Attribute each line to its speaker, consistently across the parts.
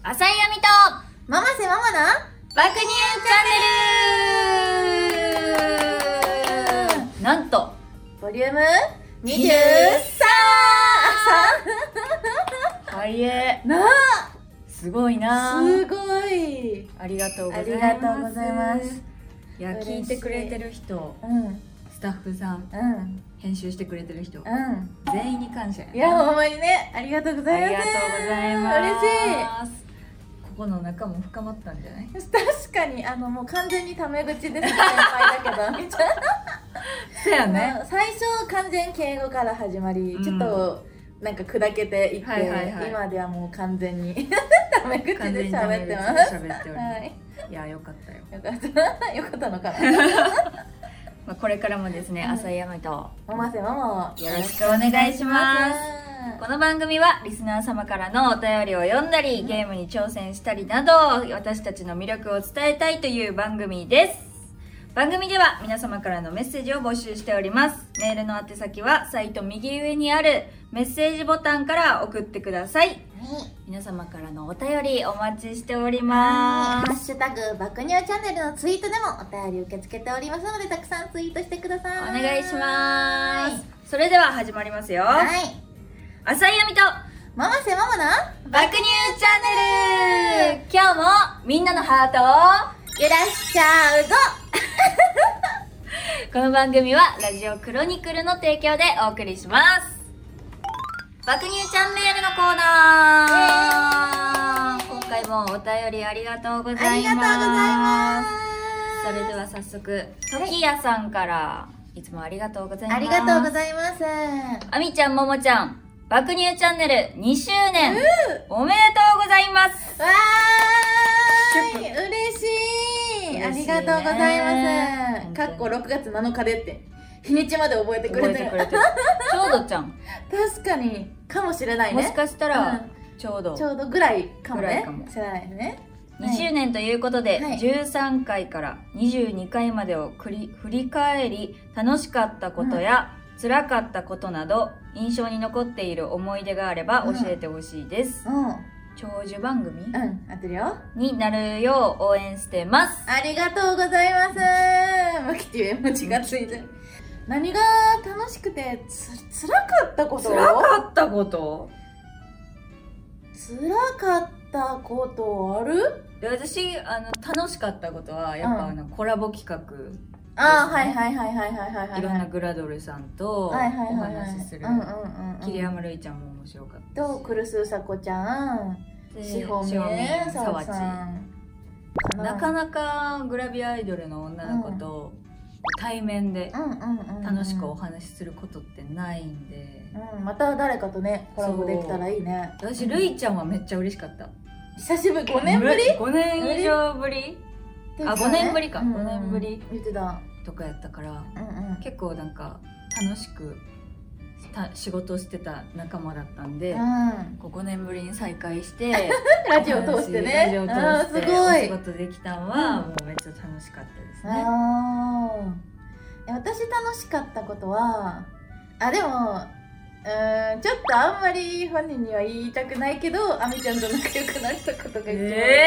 Speaker 1: 浅井亜美と
Speaker 2: ママせママな
Speaker 1: 爆乳チャンネル。なんと
Speaker 2: ボリューム 23!
Speaker 1: はいえ
Speaker 2: なあ
Speaker 1: すごいな。
Speaker 2: すごい。
Speaker 1: ありがとうございます。
Speaker 2: ありがとうございます。
Speaker 1: いや、聞いてくれてる人、スタッフさん、編集してくれてる人、全員に感謝や。
Speaker 2: いや、ほんまにね、ありがとうございます。
Speaker 1: ありがとうございます。
Speaker 2: 嬉しい。
Speaker 1: ここの仲も深まったんじゃない？
Speaker 2: 確かに、もう完全にタメ口です、先輩だけどみたいな。
Speaker 1: そうやね。
Speaker 2: 最初完全敬語から始まり、ちょっとなんか砕けていって、今ではもう完全にタメ口で喋ってます。
Speaker 1: いや、よかったよ。
Speaker 2: よかった。よかったのかな。
Speaker 1: まあこれからもですね、浅井亜美と
Speaker 2: ママせママを
Speaker 1: よろしくお願いします。この番組はリスナー様からのお便りを読んだり、ゲームに挑戦したりなど、私たちの魅力を伝えたいという番組です。番組では皆様からのメッセージを募集しております。メールの宛先はサイト右上にあるメッセージボタンから送ってください。皆様からのお便りお待ちしております。
Speaker 2: ハッシュタグ爆乳チャンネルのツイートでもお便り受け付けておりますので、たくさんツイートしてください。
Speaker 1: お願いします。それでは始まりますよ。
Speaker 2: はい。
Speaker 1: 浅井亜美と
Speaker 2: ママせママな
Speaker 1: 爆乳チャンネル。今日もみんなのハートを
Speaker 2: 揺らしちゃうぞ。
Speaker 1: この番組はラジオクロニクルの提供でお送りします。爆乳チャンネルのコーナー。今回もお便りありがとうございます。
Speaker 2: ありがとうございます。
Speaker 1: それでは早速、時矢さんからいつもありがとうございます。
Speaker 2: ありがとうございます。
Speaker 1: あみちゃん、ももちゃん、爆乳チャンネル2周年、おめでとうございます。
Speaker 2: わーい、嬉しい。ありがとうございます。かっこ6月7日でって日にちまで覚えてくれてる。
Speaker 1: ちょうどちゃん。
Speaker 2: 確かにかもしれないね。
Speaker 1: もしかしたら、ちょうど
Speaker 2: ぐらいかもね。知らないですね。
Speaker 1: 2周年ということで、13回から22回までを振り返り、楽しかったことや辛かったことなど印象に残っている思い出があれば教えてほしいです。長寿番組
Speaker 2: 合ってるよ
Speaker 1: になるよう応援してます。
Speaker 2: ありがとうございます。マキっていう絵文字がついてる。何が楽しくて辛かったこと？
Speaker 1: 辛かったこと
Speaker 2: ある？
Speaker 1: で、私楽しかったことはやっぱコラボ企画。
Speaker 2: はい
Speaker 1: いろんなグラドルさんとお話しする桐山るいちゃんも面白かったし、
Speaker 2: とクルスーサコちゃん、しほみん、さわち
Speaker 1: なかなかグラビアアイドルの女の子と対面で楽しくお話しすることってないんで、
Speaker 2: また誰かとねコラボできたらいいね。
Speaker 1: 私るいちゃんはめっちゃ嬉しかった。
Speaker 2: 久しぶり。5年ぶり
Speaker 1: ？5年以上ぶり？あ、5年ぶりか。5年ぶり
Speaker 2: 言ってた
Speaker 1: とかやったから、結構なんか楽しく仕事してた仲間だったんで、5年ぶりに再会して
Speaker 2: ラジオ通してね、
Speaker 1: ラジオ通してお仕事できたのはもうめっちゃ楽しかったですね。
Speaker 2: 私楽しかったことはでもちょっとあんまり本人には言いたくないけど、あみちゃんと仲良くなったことが一番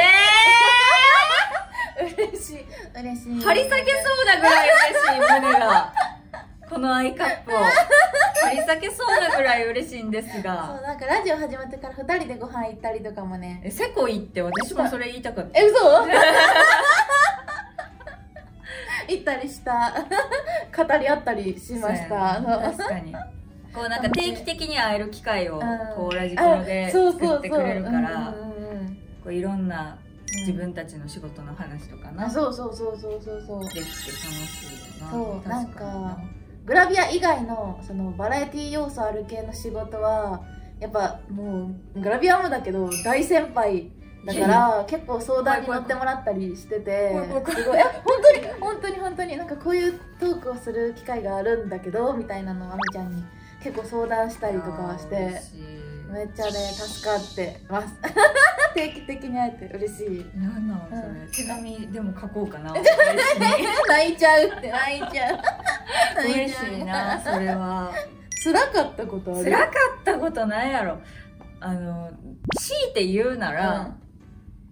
Speaker 2: 嬉しい。
Speaker 1: 張り裂けそうなぐらい嬉しい。胸がこのアイカップを張り裂けそうなぐらい嬉しいんですが、
Speaker 2: そう、なんかラジオ始まってから2人でご飯行ったりとかもね。
Speaker 1: セコ行って私もそれ言いたかった。
Speaker 2: 嘘行ったりした語り合ったりしました。
Speaker 1: 確かにこうなんか定期的に会える機会をこうラジコロで作ってくれるから、こういろんな自分たちの仕事の話とかな、
Speaker 2: そう
Speaker 1: できて楽しいな。
Speaker 2: そうなんかグラビア以外のそのバラエティ要素ある系の仕事はやっぱもうグラビアもだけど大先輩だから結構相談に乗ってもらったりしてて、すごい本当になんかこういうトークをする機会があるんだけどみたいなのをあみちゃんに結構相談したりとかして、めっちゃね助かってます定期的に会えて嬉しい。
Speaker 1: なんなのそれ、手紙でも書こうかな。
Speaker 2: 泣いちゃうって泣いちゃう
Speaker 1: 嬉しいな。それは
Speaker 2: 辛かったことある？
Speaker 1: 辛かったことないやろ。強いて言うなら、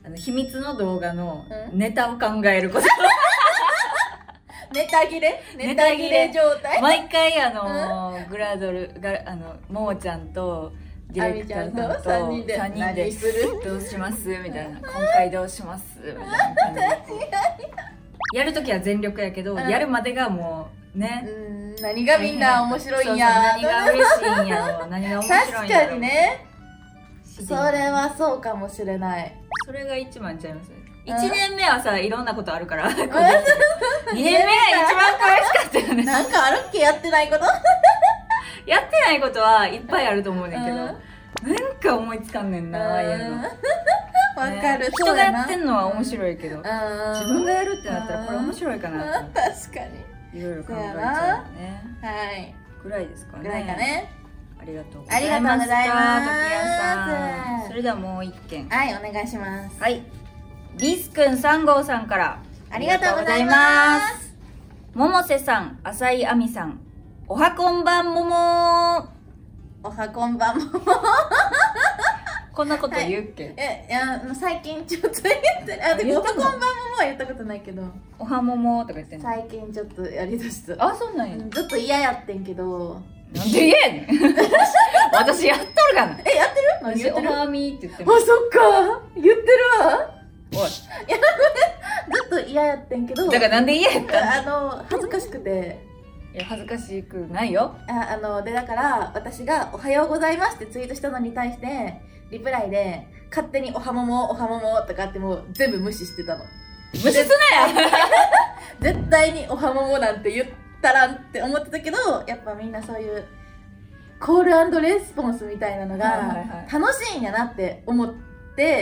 Speaker 1: 秘密の動画の
Speaker 2: うん
Speaker 1: ネタを考えること
Speaker 2: ネタ切れ状態。
Speaker 1: 毎回グラドルがももちゃんとディレクターさんと
Speaker 2: 3人で
Speaker 1: 何するどうしますみたいな、今回どうしますみたいな感じでやるときは全力やけど、やるまでがもうね、
Speaker 2: 何がみんな面白いんや。
Speaker 1: そうそう、何が嬉しいんやろ、何が面白いんやろ。
Speaker 2: 確かにね、それはそうかもしれない。
Speaker 1: それが一番ちゃいますね。1年目はさ、いろんなことあるから2年目が一番可愛しかったよね。
Speaker 2: なんかあるっけ、やってないこと
Speaker 1: やってないことはいっぱいあると思うねんけど、なんか思いつかんねんな、ああいうの。
Speaker 2: わかる。
Speaker 1: 人がやってんのは面白いけど、自分がやるってなったらこれ面白いかなって
Speaker 2: 確かに。
Speaker 1: いろいろ考えちゃうね。
Speaker 2: はい。
Speaker 1: ぐらいですかね。
Speaker 2: ぐらいかね。
Speaker 1: ありがとうございました。時矢さん。それではもう一件。
Speaker 2: はい、お願いします。
Speaker 1: はい。リスくん3号さんから
Speaker 2: ありがとうございます。
Speaker 1: 百瀬さん、浅井亜美さん、おはこんばんもも。
Speaker 2: おはこんばんもも。
Speaker 1: こんなこと言うっけ？
Speaker 2: いや、最近ちょっと言ってる。でもおはこんばんももは言ったことないけど、
Speaker 1: おはももとか言ってんの？
Speaker 2: 最近ちょっとやりだした。
Speaker 1: あ、そんなんや。
Speaker 2: ずっと嫌やってんけど。
Speaker 1: なんで嫌やねん。私やっとるかな。
Speaker 2: やってる？何言ってる？
Speaker 1: おはみって言ってる。
Speaker 2: あ、そっか。言ってるわ。
Speaker 1: おい。
Speaker 2: ずっと嫌やってんけど。
Speaker 1: だからなんで嫌やった
Speaker 2: の？恥ずかしくて。
Speaker 1: いや、恥ずかしくないよ。
Speaker 2: で、だから私がおはようございますってツイートしたのに対してリプライで勝手におはももとかってもう全部無視してたの。
Speaker 1: 無視すなや。
Speaker 2: 絶対におはももなんて言ったらんって思ってたけど、やっぱみんなそういうコール&レスポンスみたいなのが楽しいんやなって思って、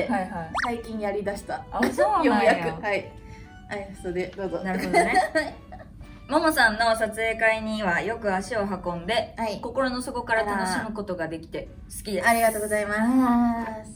Speaker 2: 最近やりだした。
Speaker 1: あ、そうなんや。
Speaker 2: ようやく。はい。それでどうぞ。
Speaker 1: なるほどね。ももさんの撮影会にはよく足を運んで、心の底から楽しむことができて好きです。
Speaker 2: ありがとうございます。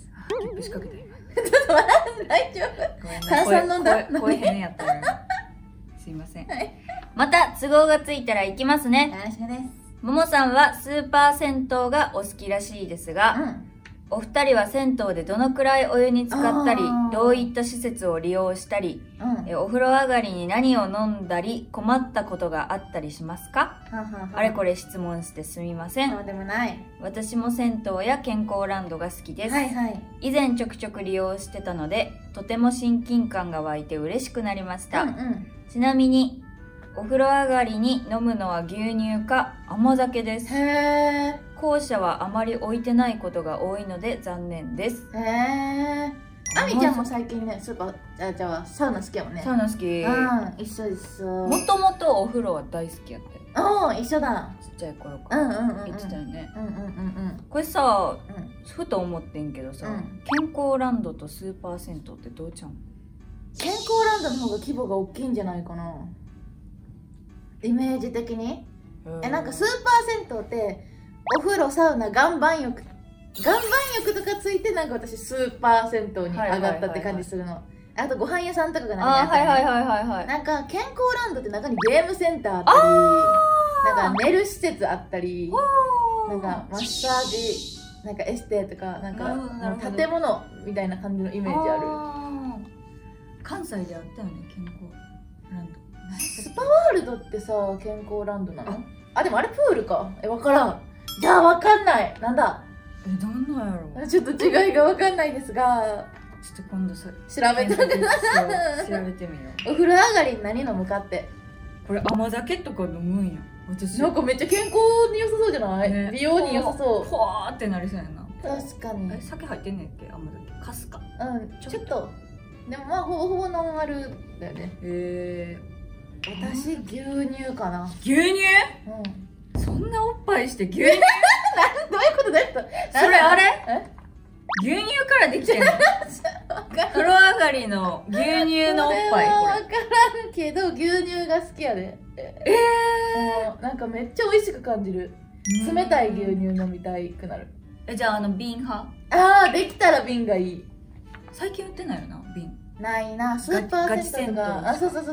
Speaker 1: ゲップ仕掛けて。
Speaker 2: ちょっと笑って大丈夫？炭酸飲んだ？
Speaker 1: 声変やったよ。すいません。また都合がついたら行きますね。
Speaker 2: よろしくです。
Speaker 1: ももさんはスーパー銭湯がお好きらしいですが、お二人は銭湯でどのくらいお湯に浸かったり、どういった施設を利用したり、お風呂上がりに何を飲んだり困ったことがあったりしますか？あれこれ質問してすみません。
Speaker 2: そうでもない。
Speaker 1: 私も銭湯や健康ランドが好きです。以前ちょくちょく利用してたので、とても親近感が湧いて嬉しくなりました。ちなみにお風呂上がりに飲むのは牛乳か甘酒です。後者はあまり置いてないことが多いので残念です。あみちゃんも最近ね、スーパー、じゃあサウナ好きやもんね。 サウナ好き。
Speaker 2: 一緒一緒。
Speaker 1: もともとお風呂は大好きやって。
Speaker 2: 一緒だ。
Speaker 1: ちっちゃい頃から言ってたよね。これさ、ふと思ってんけどさ、健康ランドとスーパー銭湯ってどうちゃうん？
Speaker 2: 健康ランドの方が規模が大きいんじゃないかな、イメージ的に。なんかスーパー銭湯ってお風呂、サウナ、岩盤浴とかついて、なんか私スーパー銭湯に上がったって感じするの。あとご飯屋さんとかがなんかなんか健康ランドって中にゲームセンターあったり、なんか寝る施設あったり、なんかマッサージ、なんかエステとか、なんか建物みたいな感じのイメージある。
Speaker 1: 関西であったよね、健康ランド。
Speaker 2: スパワールドってさ、健康ランドなの？でもあれプールか。わからん。じゃあわかんない。なんだ？
Speaker 1: どんなんやろ？
Speaker 2: ちょっと違いがわかんないですが、
Speaker 1: ちょっと今度調
Speaker 2: べてみよう。お風呂上がりに何飲むかって。
Speaker 1: これ甘酒とか飲むんや。私
Speaker 2: なんかめっちゃ健康に良さそうじゃない？美容に良さそう。
Speaker 1: ふわーってなりそうやな。
Speaker 2: 確かに。
Speaker 1: 酒入ってんねんっけ？甘酒。かすか。
Speaker 2: ちょっと。でもまあほぼノンアルだよね。私牛乳かな。
Speaker 1: 牛乳？そんなおっぱいして牛乳？
Speaker 2: どういうことだよ。
Speaker 1: それあれ？牛乳からできてんの？風呂上がりの牛乳のおっぱい。
Speaker 2: これは分からんけど牛乳が好きやで。なんかめっちゃ美味しく感じる。冷たい牛乳飲みたくなる。
Speaker 1: じゃあ瓶派？
Speaker 2: できたら瓶がいい。
Speaker 1: 最近売ってないよな、瓶。
Speaker 2: ないな、スーパー銭湯とか。そう。確か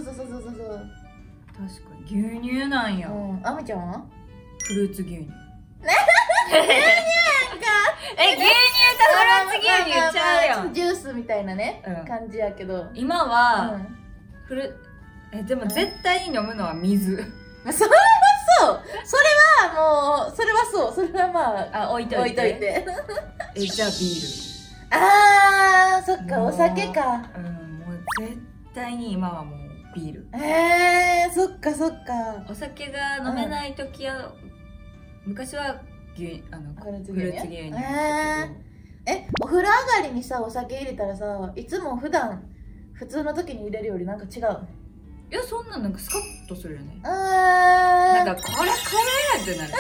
Speaker 1: に牛乳なんや。
Speaker 2: あみちゃんは？
Speaker 1: フルーツ牛乳。
Speaker 2: 牛乳
Speaker 1: 牛乳とフルーツ牛乳ちゃうやん。
Speaker 2: ジュースみたいなね、
Speaker 1: うん
Speaker 2: 感じやけど。
Speaker 1: 今は、でも絶対に飲むのは水。
Speaker 2: それはそう。それはもう、それはそう。それはまあ、
Speaker 1: 置いといて。
Speaker 2: じゃあビール。あー、そっか、お酒か。
Speaker 1: もう絶対に今はもうビール。
Speaker 2: そっかそっか。
Speaker 1: お酒が飲めない時は、昔はフルーツ牛乳だったけど。
Speaker 2: お風呂上がりにさ、お酒入れたらさ、いつも普通の時に入れるよりなんか違う？
Speaker 1: いや、そんなんかスカッとするよね。
Speaker 2: なん
Speaker 1: かこれってなる。こ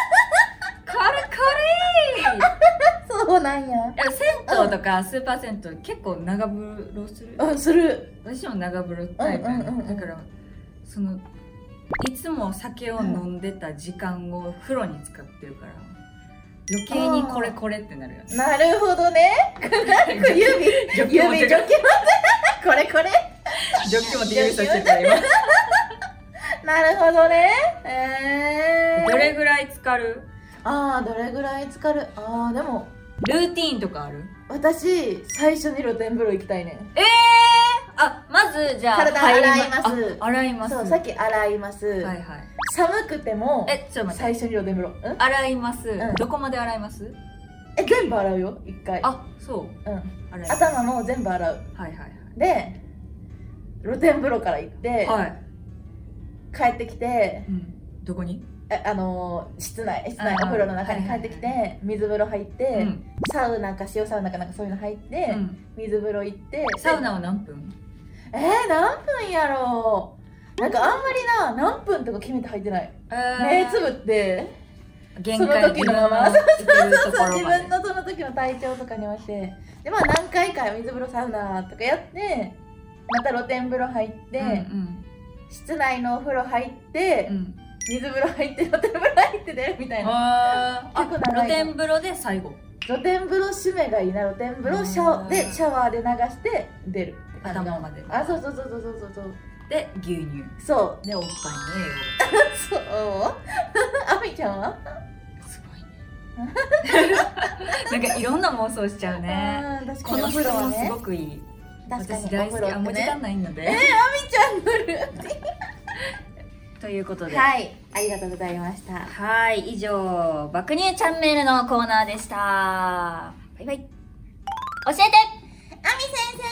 Speaker 1: れ
Speaker 2: そうなんや。
Speaker 1: 銭湯とかスーパー銭湯結構長風呂する？
Speaker 2: する。
Speaker 1: 私も長風呂タイプやね。だからいつも酒を飲んでた時間を風呂に使ってるから余計にこれってなるよね。
Speaker 2: なるほどね。指ジョキ待ってこれ
Speaker 1: ジョッキ持って指さしてた今。
Speaker 2: なるほどね。
Speaker 1: どれぐらい浸かる？
Speaker 2: どれぐらい浸かる？でも
Speaker 1: ルーティーンとかある？
Speaker 2: 私最初に露天風呂行きたいねん。
Speaker 1: まずじゃあ
Speaker 2: 体洗います。
Speaker 1: 洗います。
Speaker 2: そう、さっき洗います。
Speaker 1: はいはい。
Speaker 2: 寒くても
Speaker 1: ちょっと待って、
Speaker 2: 最初に露天風呂
Speaker 1: 洗います。どこまで洗います？
Speaker 2: 全部洗うよ、一回。
Speaker 1: そう。
Speaker 2: 頭も全部洗う。
Speaker 1: はいはい。
Speaker 2: で露天風呂から行って帰ってきて、
Speaker 1: どこに？
Speaker 2: 室内お風呂の中に帰ってきて水風呂入ってサウナか塩サウナかなんかそういうの入って水風呂行って。
Speaker 1: サウナは何分？
Speaker 2: 何分やろう。なんかあんまり何分とか決めて入ってない。目つぶってその時のまま自分のその時の体調とかに合わせて、で何回か水風呂サウナとかやってまた露天風呂入って室内のお風呂入って水風呂入って露天風呂入って出るみたいな。
Speaker 1: 露天風呂で最後。
Speaker 2: 露天風呂締めがいいな。露天風呂シャワーで流して出る。
Speaker 1: 頭まで。
Speaker 2: そう
Speaker 1: で牛乳。
Speaker 2: そう
Speaker 1: でおっぱいの栄
Speaker 2: 養。そうあみちゃんは
Speaker 1: すごいね。なんかいろんな妄想しちゃうね。この風呂はすごくいい。私大好き。もう時間ないので。
Speaker 2: あみちゃん乗る
Speaker 1: ということで、
Speaker 2: はい、ありがとうございました。
Speaker 1: はい、以上爆乳チャンネルのコーナーでした。バイバイ。教えて
Speaker 2: あみ先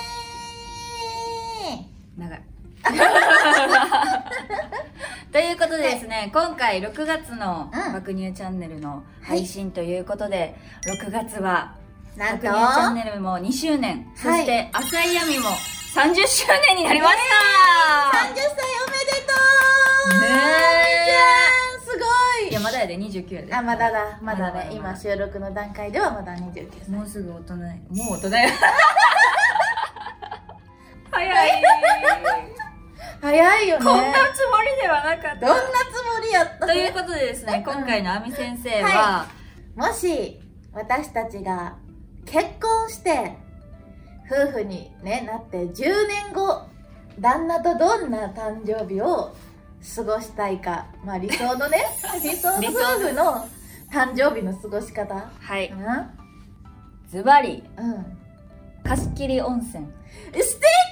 Speaker 2: 生。
Speaker 1: 長い。ということでですね、今回6月の爆乳チャンネルの配信ということで、6月は爆乳チャンネルも2周年、そして浅い闇も30周年になりました。
Speaker 2: 30歳おめでとう
Speaker 1: ね
Speaker 2: え、すごい。
Speaker 1: いやまだやで29やで。
Speaker 2: まだね。今収録の段階ではまだ29歳。
Speaker 1: もうすぐ大人や。もう大人や。早い。
Speaker 2: 早いよね。
Speaker 1: こんなつもりではなかった。
Speaker 2: どんなつもりやった。
Speaker 1: ということでですね、今回のあみ先生は、
Speaker 2: もし私たちが結婚して夫婦になって10年後旦那とどんな誕生日を過ごしたいか、理想のね理想の夫婦の誕生日の過ごし方。
Speaker 1: はい。ズバリ、貸切温泉。
Speaker 2: 素敵。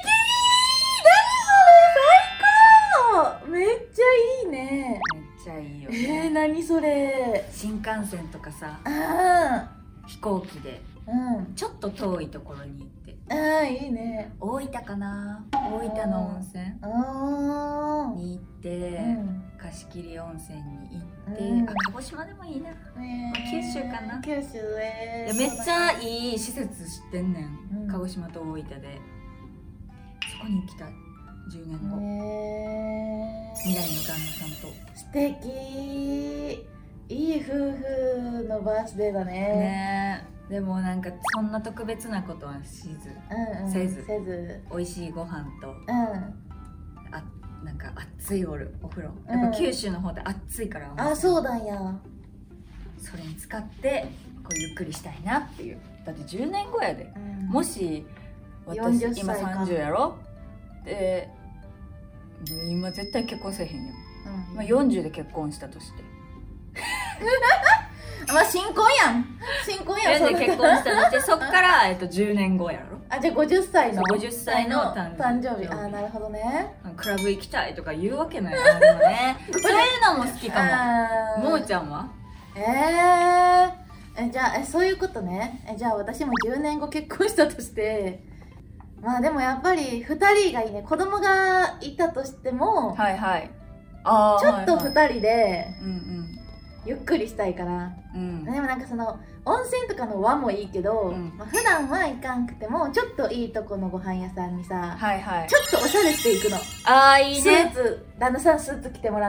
Speaker 2: めっちゃいいね。
Speaker 1: めっちゃいいよね。
Speaker 2: 何それ。
Speaker 1: 新幹線とかさ、飛行機でちょっと遠いところに行って。
Speaker 2: いいね。
Speaker 1: 大分かな。大分の温泉に行って、貸切温泉に行って、鹿児島でもいいな。九州かな。
Speaker 2: 九州
Speaker 1: めっちゃいい施設知ってんねん。鹿児島と大分で。そこに行きたい。10年後、未来の旦那さんと。
Speaker 2: 素敵。いい夫婦のバースデーだね。
Speaker 1: でもなんかそんな特別なことはせず美味しいご飯と、なんか熱いお風呂。やっぱ九州の方で熱いから。
Speaker 2: そうだんや。
Speaker 1: それに使ってこうゆっくりしたいなっていう。だって10年後やで。もし私今30やろ。で今絶対結婚せえへんよ。40で結婚したとして
Speaker 2: まあ新婚やん
Speaker 1: で結婚したのでそっから10年後やろ。
Speaker 2: あ、じゃあ50歳の
Speaker 1: 50歳の
Speaker 2: 誕生日。あ、なるほどね。
Speaker 1: クラブ行きたいとか言うわけないよね。そういうのも好きかも。ももちゃんは？
Speaker 2: じゃあそういうことね。じゃあ私も10年後結婚したとして、まあでもやっぱり2人がいいね。子供がいたとしても、
Speaker 1: はいはい、
Speaker 2: ちょっと2人で
Speaker 1: うんうん
Speaker 2: ゆっくりしたいから、
Speaker 1: うん、
Speaker 2: でもなんかその温泉とかの和もいいけど、まあ、普段は行かんくてもちょっといいとこのご飯屋さんにさ、
Speaker 1: はいはい、
Speaker 2: ちょっとおしゃれしていくの。
Speaker 1: いいね。
Speaker 2: スーツ、旦那さんスーツ着てもらって、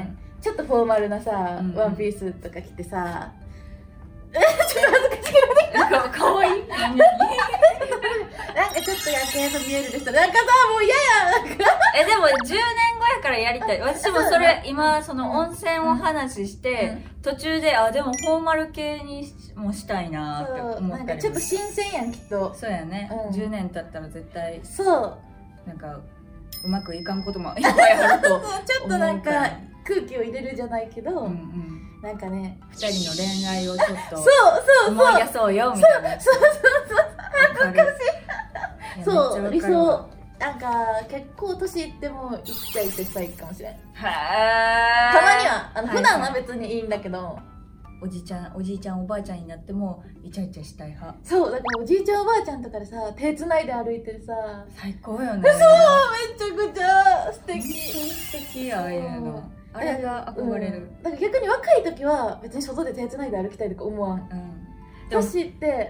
Speaker 2: ちょっとフォーマルなさ、ワンピースとか着てさ、ちょっと恥ずかしくない？
Speaker 1: かわいい。
Speaker 2: なんかちょっと夜景の見えるでした。なんかさ、もう嫌や。
Speaker 1: でも10年後やからやりたい。私もそれ今その温泉を話して、途中ででもフォーマル系にもしたいなって思ったりも。
Speaker 2: なんかちょっと新鮮やん、きっと。
Speaker 1: そうやね、10年経ったら絶対
Speaker 2: そう
Speaker 1: なんかうまくいかんこともいっぱいあると
Speaker 2: ちょっとなんか空気を入れるじゃないけど、なんかね、
Speaker 1: 2人の恋愛をちょっと
Speaker 2: そう
Speaker 1: 思い出そうよみたいな。
Speaker 2: そう恥ずかしい。そう理想。なんか結構年いってもイチャイチャしたいかもしれん。たまには普段は別にいいんだけど、
Speaker 1: おじいちゃんおばあちゃんになってもイチャイチャしたい派。
Speaker 2: そうだからおじいちゃんおばあちゃんとかでさ、手つないで歩いてるさ、
Speaker 1: 最高よね。
Speaker 2: そう、めちゃくちゃ素敵。
Speaker 1: 素敵や、ああいうの。あれが憧れる。
Speaker 2: だから逆に若い時は別に外で手つないで歩きたいとか思わん。年って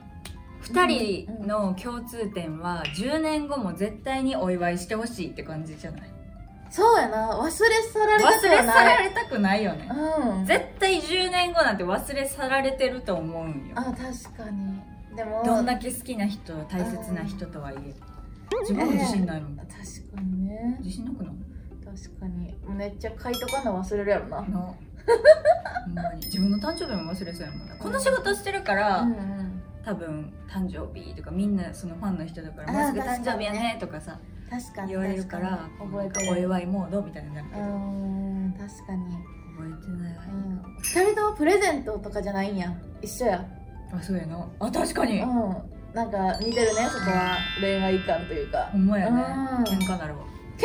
Speaker 1: 2人の共通点は10年後も絶対にお祝いしてほしいって感じじゃない？
Speaker 2: そうやな、忘れ去られたくない。
Speaker 1: 忘れ去られたくないよね。絶対10年後なんて忘れ去られてると思うんよ。
Speaker 2: 確かに。でも
Speaker 1: どんだけ好きな人、大切な人とはいえ自分も自信ないもん。
Speaker 2: 確かにね。
Speaker 1: 自信なくない？
Speaker 2: 確かに。めっちゃ書いとかんの忘れるやろな。ほ
Speaker 1: んまに自分の誕生日も忘れそうやもんな。この仕事してるから多分誕生日とかみんなそのファンの人だからもうすぐ誕生日やねとかさ言われるから覚えてる。お祝いモードみたいになるけど
Speaker 2: 確かに
Speaker 1: 覚えてない。
Speaker 2: 2人ともプレゼントとかじゃないんや。一緒や。
Speaker 1: そうやな。確かに
Speaker 2: なんか似てるね、そこは。恋愛観というか。
Speaker 1: ほんまやね。喧嘩なるわ。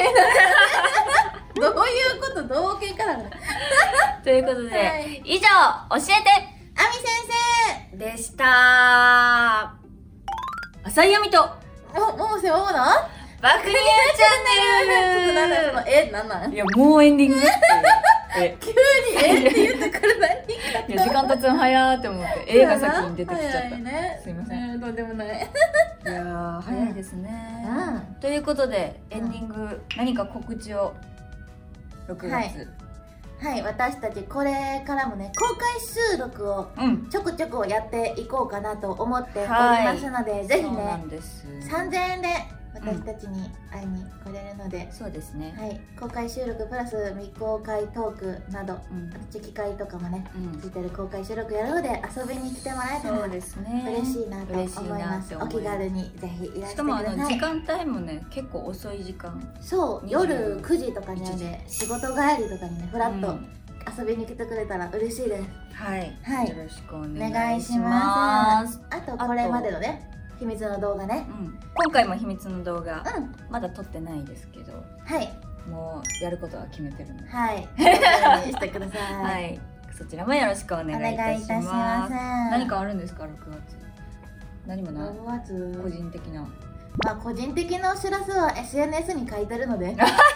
Speaker 2: どういうこと？どう喧嘩なの？
Speaker 1: ということで、以上教えて
Speaker 2: あみ先
Speaker 1: 生でした。浅井亜美と
Speaker 2: 百瀬ママの
Speaker 1: 爆乳チャンネル。
Speaker 2: なんだそのなんなん？
Speaker 1: いやもうエンディングって
Speaker 2: 急にって言ってくる。
Speaker 1: いや時間経つの早ーって思って映画先に出てきちゃった。すいません。
Speaker 2: とんでもない。い
Speaker 1: やー早いですね。ということでエンディング何か告知を6月。
Speaker 2: はい、私たちこれからもね、公開収録をちょくちょくやっていこうかなと思っておりますので、ぜひね、3000円で私たちに会いに来れるので、
Speaker 1: そうですね。
Speaker 2: はい、公開収録プラス未公開トークなど、チェキ会とかもね、聞いてる公開収録やるので遊びに来てもらえたら嬉しいなと思います。お気軽にぜひいらしてください。しかも
Speaker 1: 時間帯もね、結構遅い時間。
Speaker 2: そう、夜9時とかにはね、仕事帰りとかにね、フラッと遊びに来てくれたら嬉しいです。
Speaker 1: はい、よろしくお願いし
Speaker 2: ます。あとこれまでのね、秘密の動画ね、
Speaker 1: 今回も秘密の動画、まだ撮ってないですけど、
Speaker 2: はい、
Speaker 1: もうやることは決めてるので、
Speaker 2: はい、してください。
Speaker 1: はい、そちらもよろしくお願いいたします。何かあるんですか？6月何もない。
Speaker 2: 6月
Speaker 1: 個人的な、
Speaker 2: まあ個人的なお知らせは SNS に書いてるので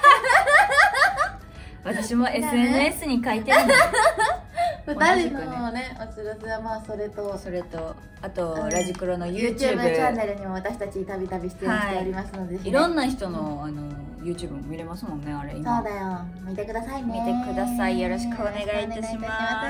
Speaker 1: 私も SNS に書いてるので
Speaker 2: 2人のね、お知らせはまあそれと
Speaker 1: あとラジクロの YouTube
Speaker 2: チャンネルにも私たちたびたび出演しておりますので、
Speaker 1: いろんな人のYouTube も見れますもんね、あれ今。
Speaker 2: そうだよ、見てくださいね。
Speaker 1: 見てください。よろしくお願いいたします。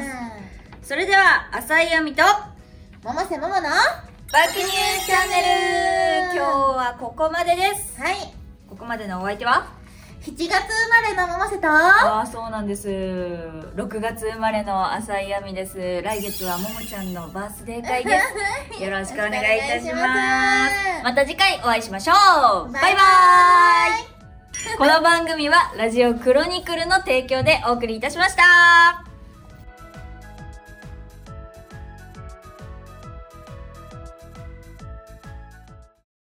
Speaker 1: それでは浅井亜美と
Speaker 2: 百瀬ママの
Speaker 1: 爆乳チャンネル、今日はここまでです。
Speaker 2: はい、
Speaker 1: ここまでのお相手は
Speaker 2: 7月生まれの百瀬と、
Speaker 1: そうなんです、6月生まれの浅井亜美です。来月はももちゃんのバースデー会ですよろしくお願いいたします。また次回お会いしましょう。バイバーイ。この番組はラジオクロニクルの提供でお送りいたしました。